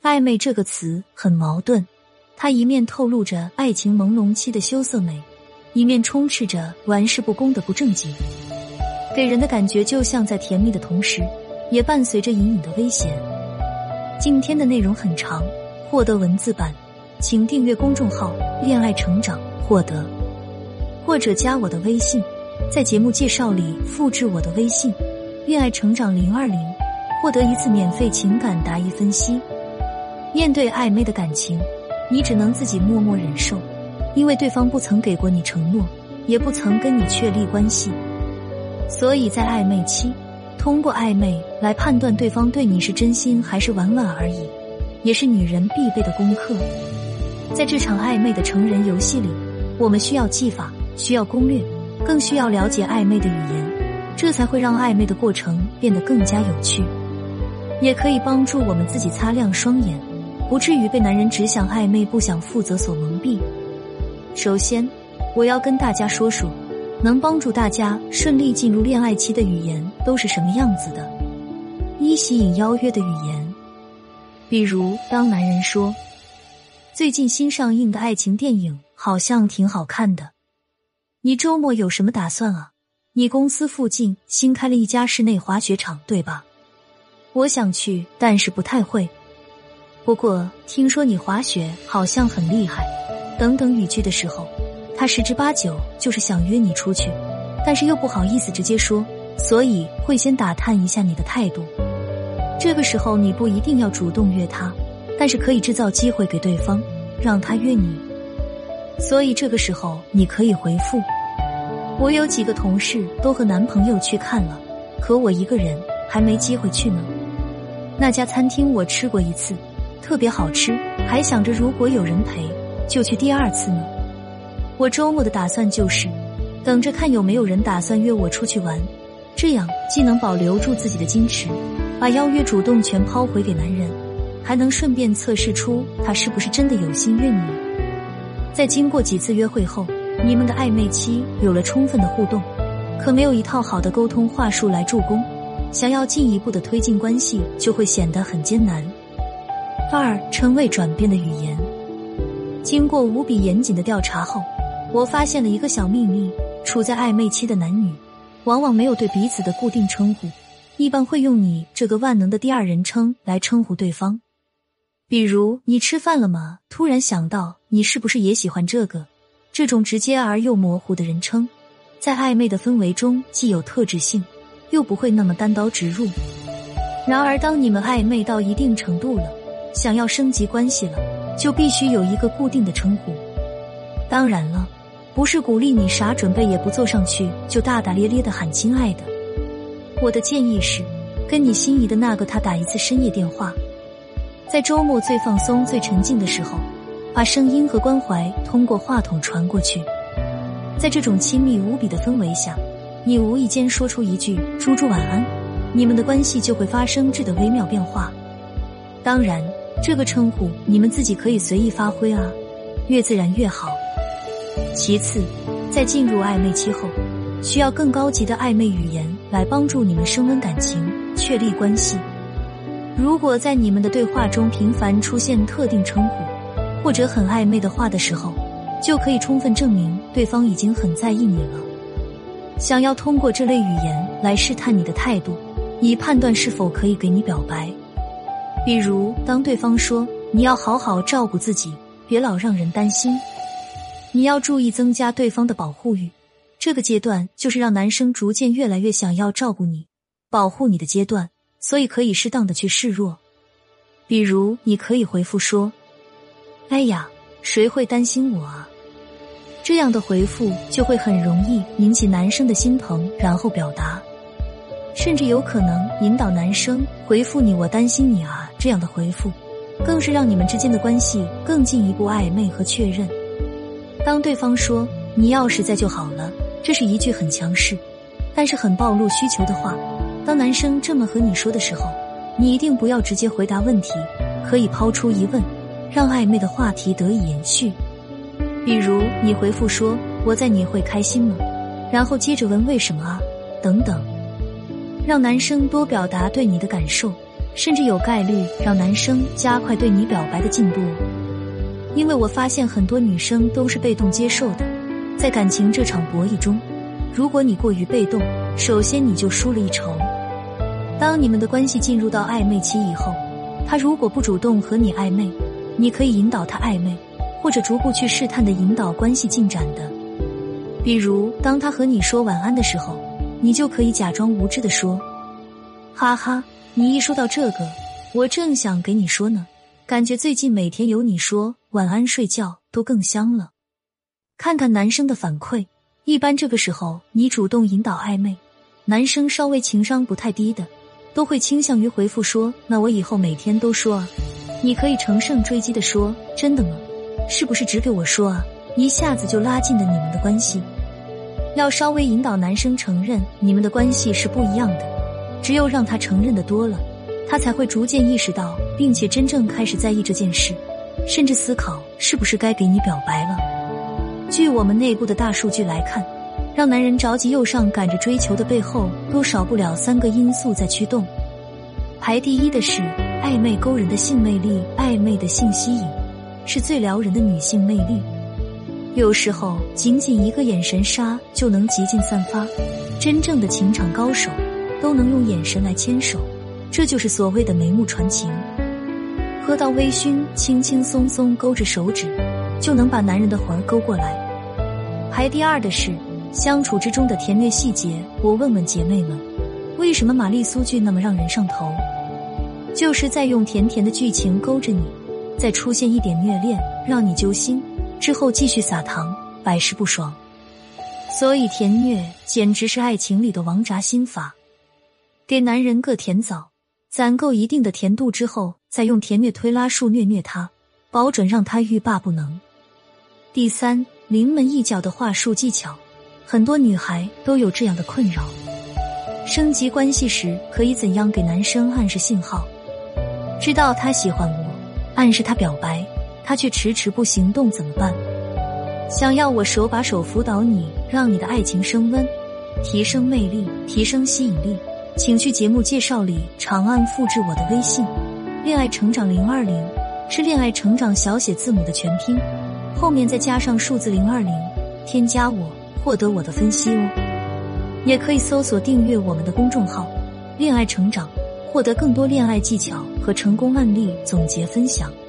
暧昧这个词很矛盾，它一面透露着爱情朦胧期的羞涩美，一面充斥着玩世不恭的不正经，给人的感觉就像在甜蜜的同时，也伴随着隐隐的危险。今天的内容很长，获得文字版，请订阅公众号恋爱成长获得，或者加我的微信，在节目介绍里复制我的微信恋爱成长020，获得1次免费情感答疑分析。面对暧昧的感情，你只能自己默默忍受，因为对方不曾给过你承诺，也不曾跟你确立关系。所以在暧昧期，通过暧昧来判断对方对你是真心还是玩玩而已，也是女人必备的功课。在这场暧昧的成人游戏里，我们需要技法，需要攻略，更需要了解暧昧的语言，这才会让暧昧的过程变得更加有趣，也可以帮助我们自己擦亮双眼，不至于被男人只想暧昧不想负责所蒙蔽。首先，我要跟大家说说能帮助大家顺利进入恋爱期的语言都是什么样子的。一、吸引邀约的语言。比如当男人说，最近新上映的爱情电影好像挺好看的，你周末有什么打算啊？你公司附近新开了一家室内滑雪场，对吧？我想去，但是不太会。不过听说你滑雪好像很厉害，等等语句的时候，他十之八九就是想约你出去，但是又不好意思直接说，所以会先打探一下你的态度。这个时候你不一定要主动约他，但是可以制造机会给对方，让他约你。所以这个时候你可以回复，我有几个同事都和男朋友去看了，可我一个人还没机会去呢。那家餐厅我吃过一次，特别好吃，还想着如果有人陪就去第二次呢。我周末的打算就是等着看有没有人打算约我出去玩，这样既能保留住自己的矜持，把邀约主动权抛回给男人，还能顺便测试出他是不是真的有心约你。在经过几次约会后，你们的暧昧期有了充分的互动，可没有一套好的沟通话术来助攻，想要进一步的推进关系就会显得很艰难。二、称谓转变的语言。经过无比严谨的调查后，我发现了一个小秘密，处在暧昧期的男女往往没有对彼此的固定称呼，一般会用你这个万能的第二人称来称呼对方。比如你吃饭了吗？突然想到你是不是也喜欢这个，这种直接而又模糊的人称，在暧昧的氛围中既有特质性，又不会那么单刀直入。然而当你们暧昧到一定程度了，想要升级关系了，就必须有一个固定的称呼。当然了，不是鼓励你啥准备也不做上去就大大咧咧地喊亲爱的。我的建议是，跟你心仪的那个他打一次深夜电话，在周末最放松最沉静的时候，把声音和关怀通过话筒传过去。在这种亲密无比的氛围下，你无意间说出一句猪猪晚安，你们的关系就会发生质的微妙变化。当然这个称呼你们自己可以随意发挥啊，越自然越好。其次，在进入暧昧期后，需要更高级的暧昧语言来帮助你们升温感情，确立关系。如果在你们的对话中频繁出现特定称呼或者很暧昧的话的时候，就可以充分证明对方已经很在意你了。想要通过这类语言来试探你的态度，以判断是否可以给你表白。比如当对方说你要好好照顾自己，别老让人担心，你要注意增加对方的保护欲，这个阶段就是让男生逐渐越来越想要照顾你保护你的阶段，所以可以适当的去示弱。比如你可以回复说，哎呀，谁会担心我啊？这样的回复就会很容易引起男生的心疼，然后表达，甚至有可能引导男生回复你我担心你啊，这样的回复更是让你们之间的关系更进一步暧昧和确认。当对方说你要是在就好了，这是一句很强势但是很暴露需求的话，当男生这么和你说的时候，你一定不要直接回答问题，可以抛出疑问，让暧昧的话题得以延续。比如你回复说我在你会开心吗，然后接着问为什么啊等等，让男生多表达对你的感受， 甚至有概率让男生加快对你表白的进度。因为我发现很多女生都是被动接受的，在感情这场博弈中，如果你过于被动，首先你就输了一筹。当你们的关系进入到暧昧期以后，他如果不主动和你暧昧，你可以引导他暧昧，或者逐步去试探地引导关系进展的。比如当他和你说晚安的时候，你就可以假装无知地说，哈哈，你一说到这个，我正想给你说呢，感觉最近每天有你说晚安睡觉都更香了。看看男生的反馈，一般这个时候你主动引导暧昧，男生稍微情商不太低的都会倾向于回复说，那我以后每天都说啊。你可以乘胜追击地说，真的吗？是不是只给我说啊？一下子就拉近了你们的关系。要稍微引导男生承认你们的关系是不一样的，只有让他承认的多了，他才会逐渐意识到，并且真正开始在意这件事，甚至思考是不是该给你表白了。据我们内部的大数据来看，让男人着急又上赶着追求的背后，都少不了3个因素在驱动。排第一的是暧昧勾人的性魅力，暧昧的性吸引是最撩人的女性魅力。有时候仅仅一个眼神杀就能极尽散发，真正的情场高手都能用眼神来牵手，这就是所谓的眉目传情。喝到微醺，轻轻松松勾着手指，就能把男人的魂勾过来。排第二的是相处之中的甜蜜细节。我问问姐妹们，为什么玛丽苏剧那么让人上头？就是在用甜甜的剧情勾着你，再出现一点虐恋，让你揪心，之后继续撒糖，百试不爽。所以甜虐简直是爱情里的王炸心法。给男人个甜枣，攒够一定的甜度之后，再用甜虐推拉术虐他，保准让他欲罢不能。第三，临门一脚的话术技巧，很多女孩都有这样的困扰。升级关系时可以怎样给男生暗示信号？知道他喜欢我，暗示他表白，他却迟迟不行动怎么办？想要我手把手辅导你，让你的爱情升温，提升魅力，提升吸引力，请去节目介绍里长按复制我的微信，恋爱成长020，是恋爱成长小写字母的全拼，后面再加上数字020，添加我，获得我的分析哦。也可以搜索订阅我们的公众号恋爱成长，获得更多恋爱技巧和成功案例总结分享。